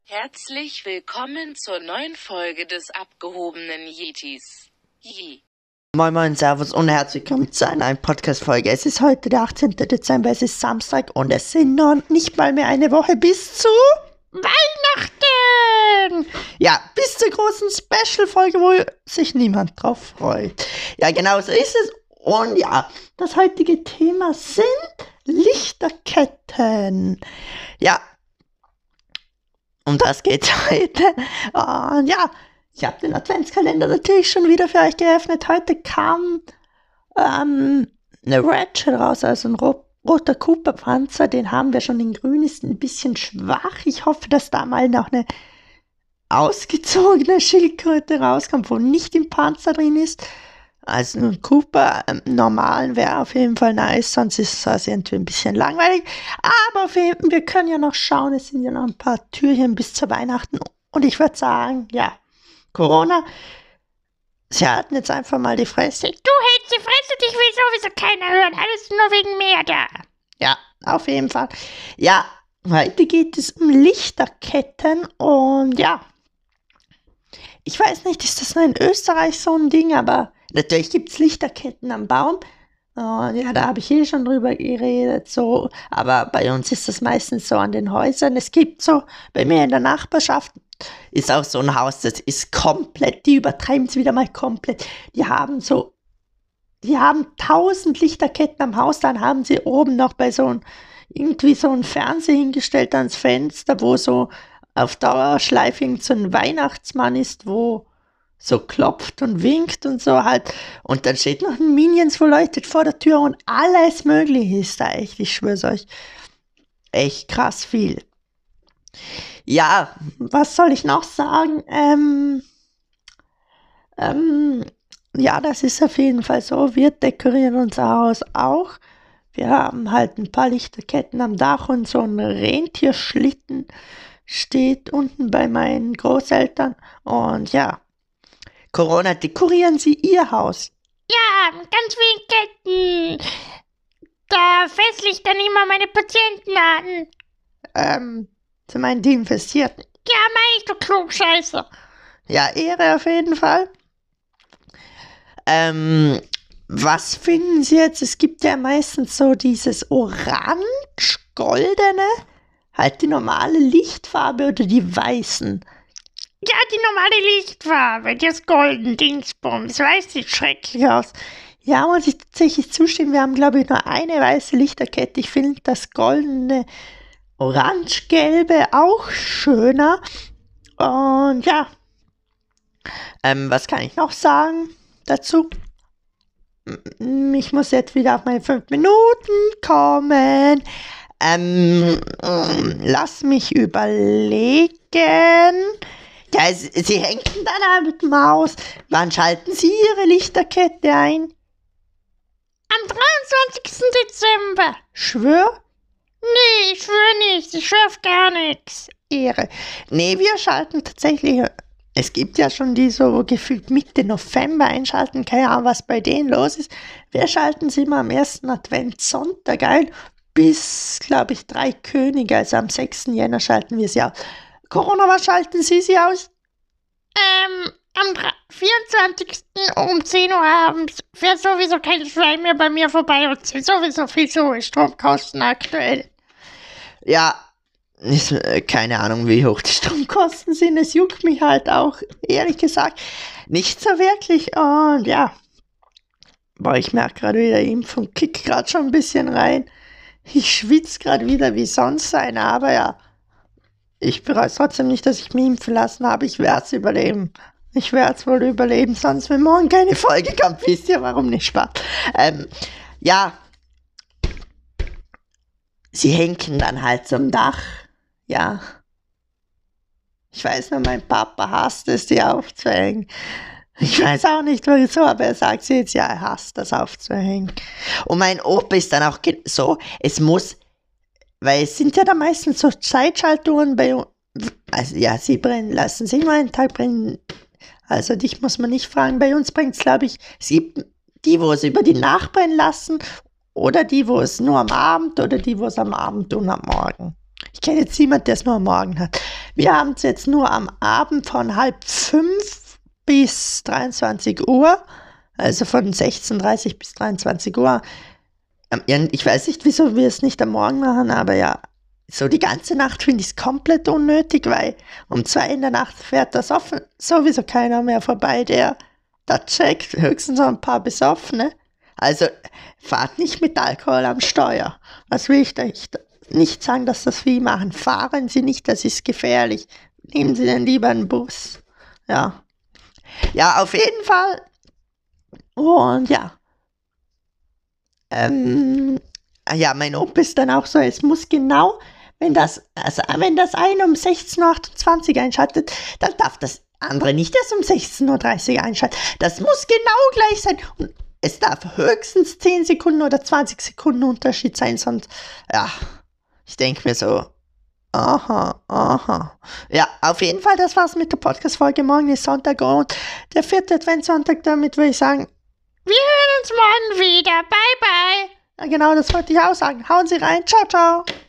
Herzlich willkommen zur neuen Folge des abgehobenen Yetis. Moin Moin, Servus und herzlich willkommen zu einer neuen Podcast-Folge. Es ist heute der 18. Dezember, es ist Samstag und es sind noch nicht mal mehr eine Woche bis zu Weihnachten! Ja, bis zur großen Special-Folge, wo sich niemand drauf freut. Ja, genau so ist es. Und ja, das heutige Thema sind Lichterketten. Ja, um das geht's heute. Und ja, ich habe den Adventskalender natürlich schon wieder für euch geöffnet. Heute kam eine Ratchet raus, also ein roter Cooper-Panzer. Den haben wir schon in grün, ist ein bisschen schwach. Ich hoffe, dass da mal noch eine ausgezogene Schildkröte rauskommt, wo nicht im Panzer drin ist. Also ein Cooper normalen wäre auf jeden Fall nice, sonst ist es irgendwie ein bisschen langweilig. Aber auf jeden Fall, wir können ja noch schauen, es sind ja noch ein paar Türchen bis zu Weihnachten. Und ich würde sagen, ja, Corona, sie halten jetzt einfach mal die Fresse. Du hältst die Fresse, dich will sowieso keiner hören, alles nur wegen mir da. Ja, auf jeden Fall. Ja, heute geht es um Lichterketten und ja, ich weiß nicht, ist das nur in Österreich so ein Ding, aber natürlich gibt es Lichterketten am Baum. Und ja, da habe ich schon drüber geredet, so. Aber bei uns ist das meistens so an den Häusern. Es gibt so, bei mir in der Nachbarschaft ist auch so ein Haus, das ist komplett, die übertreiben es wieder mal komplett. Die haben 1000 Lichterketten am Haus, dann haben sie oben noch bei irgendwie so ein Fernseher hingestellt ans Fenster, wo so auf Dauerschleife so ein Weihnachtsmann ist, wo so klopft und winkt und so halt. Und dann steht noch ein Minions, wo leuchtet vor der Tür und alles Mögliche ist da echt, ich schwör's euch. Echt krass viel. Ja, was soll ich noch sagen? Ja, das ist auf jeden Fall so. Wir dekorieren unser Haus auch. Wir haben halt ein paar Lichterketten am Dach und so ein Rentierschlitten steht unten bei meinen Großeltern. Und ja, Corona, dekorieren Sie Ihr Haus? Ja, ganz viele Ketten. Da fessel ich dann immer meine Patienten an. Zu meinen die Infestierten. Ja, mein ich, du Klugscheißer. Ja, Ehre auf jeden Fall. Was finden Sie jetzt? Es gibt ja meistens so dieses orange-goldene, halt die normale Lichtfarbe oder die weißen. Ja, die normale Lichtfarbe, das golden Dingsbums, weiß sieht schrecklich aus. Ja, muss ich tatsächlich zustimmen, wir haben glaube ich nur eine weiße Lichterkette. Ich finde das goldene, orange-gelbe auch schöner. Und ja, was kann ich noch sagen dazu? Ich muss jetzt wieder auf meine 5 Minuten kommen. Lass mich überlegen. Ja, Sie hängen dann mit dem Haus. Wann schalten Sie Ihre Lichterkette ein? Am 23. Dezember. Schwör? Nee, ich schwöre nicht. Ich schwöre auf gar nichts. Ehre. Nee, wir schalten tatsächlich. Es gibt ja schon die so gefühlt Mitte November einschalten. Keine Ahnung, was bei denen los ist. Wir schalten sie immer am 1. Adventssonntag ein. Bis, glaube ich, 3 Könige. Also am 6. Jänner schalten wir sie aus. Corona, was schalten Sie aus? Am 24. um 10 Uhr abends fährt sowieso kein Schwein mehr bei mir vorbei und sind sowieso viel so hohe Stromkosten aktuell. Ja, keine Ahnung, wie hoch die Stromkosten sind. Es juckt mich halt auch, ehrlich gesagt, nicht so wirklich. Und ja, boah, ich merke gerade wieder, Impfung kickt gerade schon ein bisschen rein. Ich schwitze gerade wieder wie sonst einer, aber ja. Ich bereue trotzdem nicht, dass ich mich impfen lassen habe. Ich werde es überleben. Ich werde es wohl überleben, sonst wenn morgen keine Folge kommt, wisst ihr, warum nicht Spaß. Ja. Sie hängen dann halt zum Dach. Ja. Ich weiß nur, mein Papa hasst es, die aufzuhängen. Ich weiß auch nicht, wieso, aber er sagt jetzt, ja, er hasst das aufzuhängen. Und mein Opa ist dann auch so, es muss, weil es sind ja da meistens so Zeitschaltungen bei uns, also ja, sie brennen lassen, sie mal einen Tag brennen, also dich muss man nicht fragen, bei uns bringt es, glaube ich, es gibt die, wo es über die Nacht brennen lassen oder die, wo es nur am Abend oder die, wo es am Abend und am Morgen. Ich kenne jetzt niemanden, der es nur am Morgen hat. Wir haben es jetzt nur am Abend von 4:30 bis 23 Uhr. Also von 16:30 bis 23 Uhr. Ich weiß nicht, wieso wir es nicht am Morgen machen, aber ja, so die ganze Nacht finde ich es komplett unnötig, weil um 2 in der Nacht fährt das sowieso keiner mehr vorbei, der da checkt. Höchstens so ein paar Besoffene. Also fahrt nicht mit Alkohol am Steuer. Was will ich da nicht sagen, dass das viele machen. Fahren Sie nicht, das ist gefährlich. Nehmen Sie dann lieber einen Bus. Ja. Ja, auf jeden Fall. Und ja. Ja, mein Opa ist dann auch so, es muss genau, wenn das eine um 16:28 Uhr einschaltet, dann darf das andere nicht erst um 16:30 Uhr einschalten. Das muss genau gleich sein. Und es darf höchstens 10 Sekunden oder 20 Sekunden Unterschied sein, sonst, ja, ich denke mir so, aha. Ja, auf jeden Fall, das war's mit der Podcast-Folge. Morgen ist Sonntag und der 4. Adventssonntag, damit würde ich sagen, Wir hören uns morgen wieder. Bye, bye. ja genau, das wollte ich auch sagen. Hauen Sie rein. Ciao, ciao.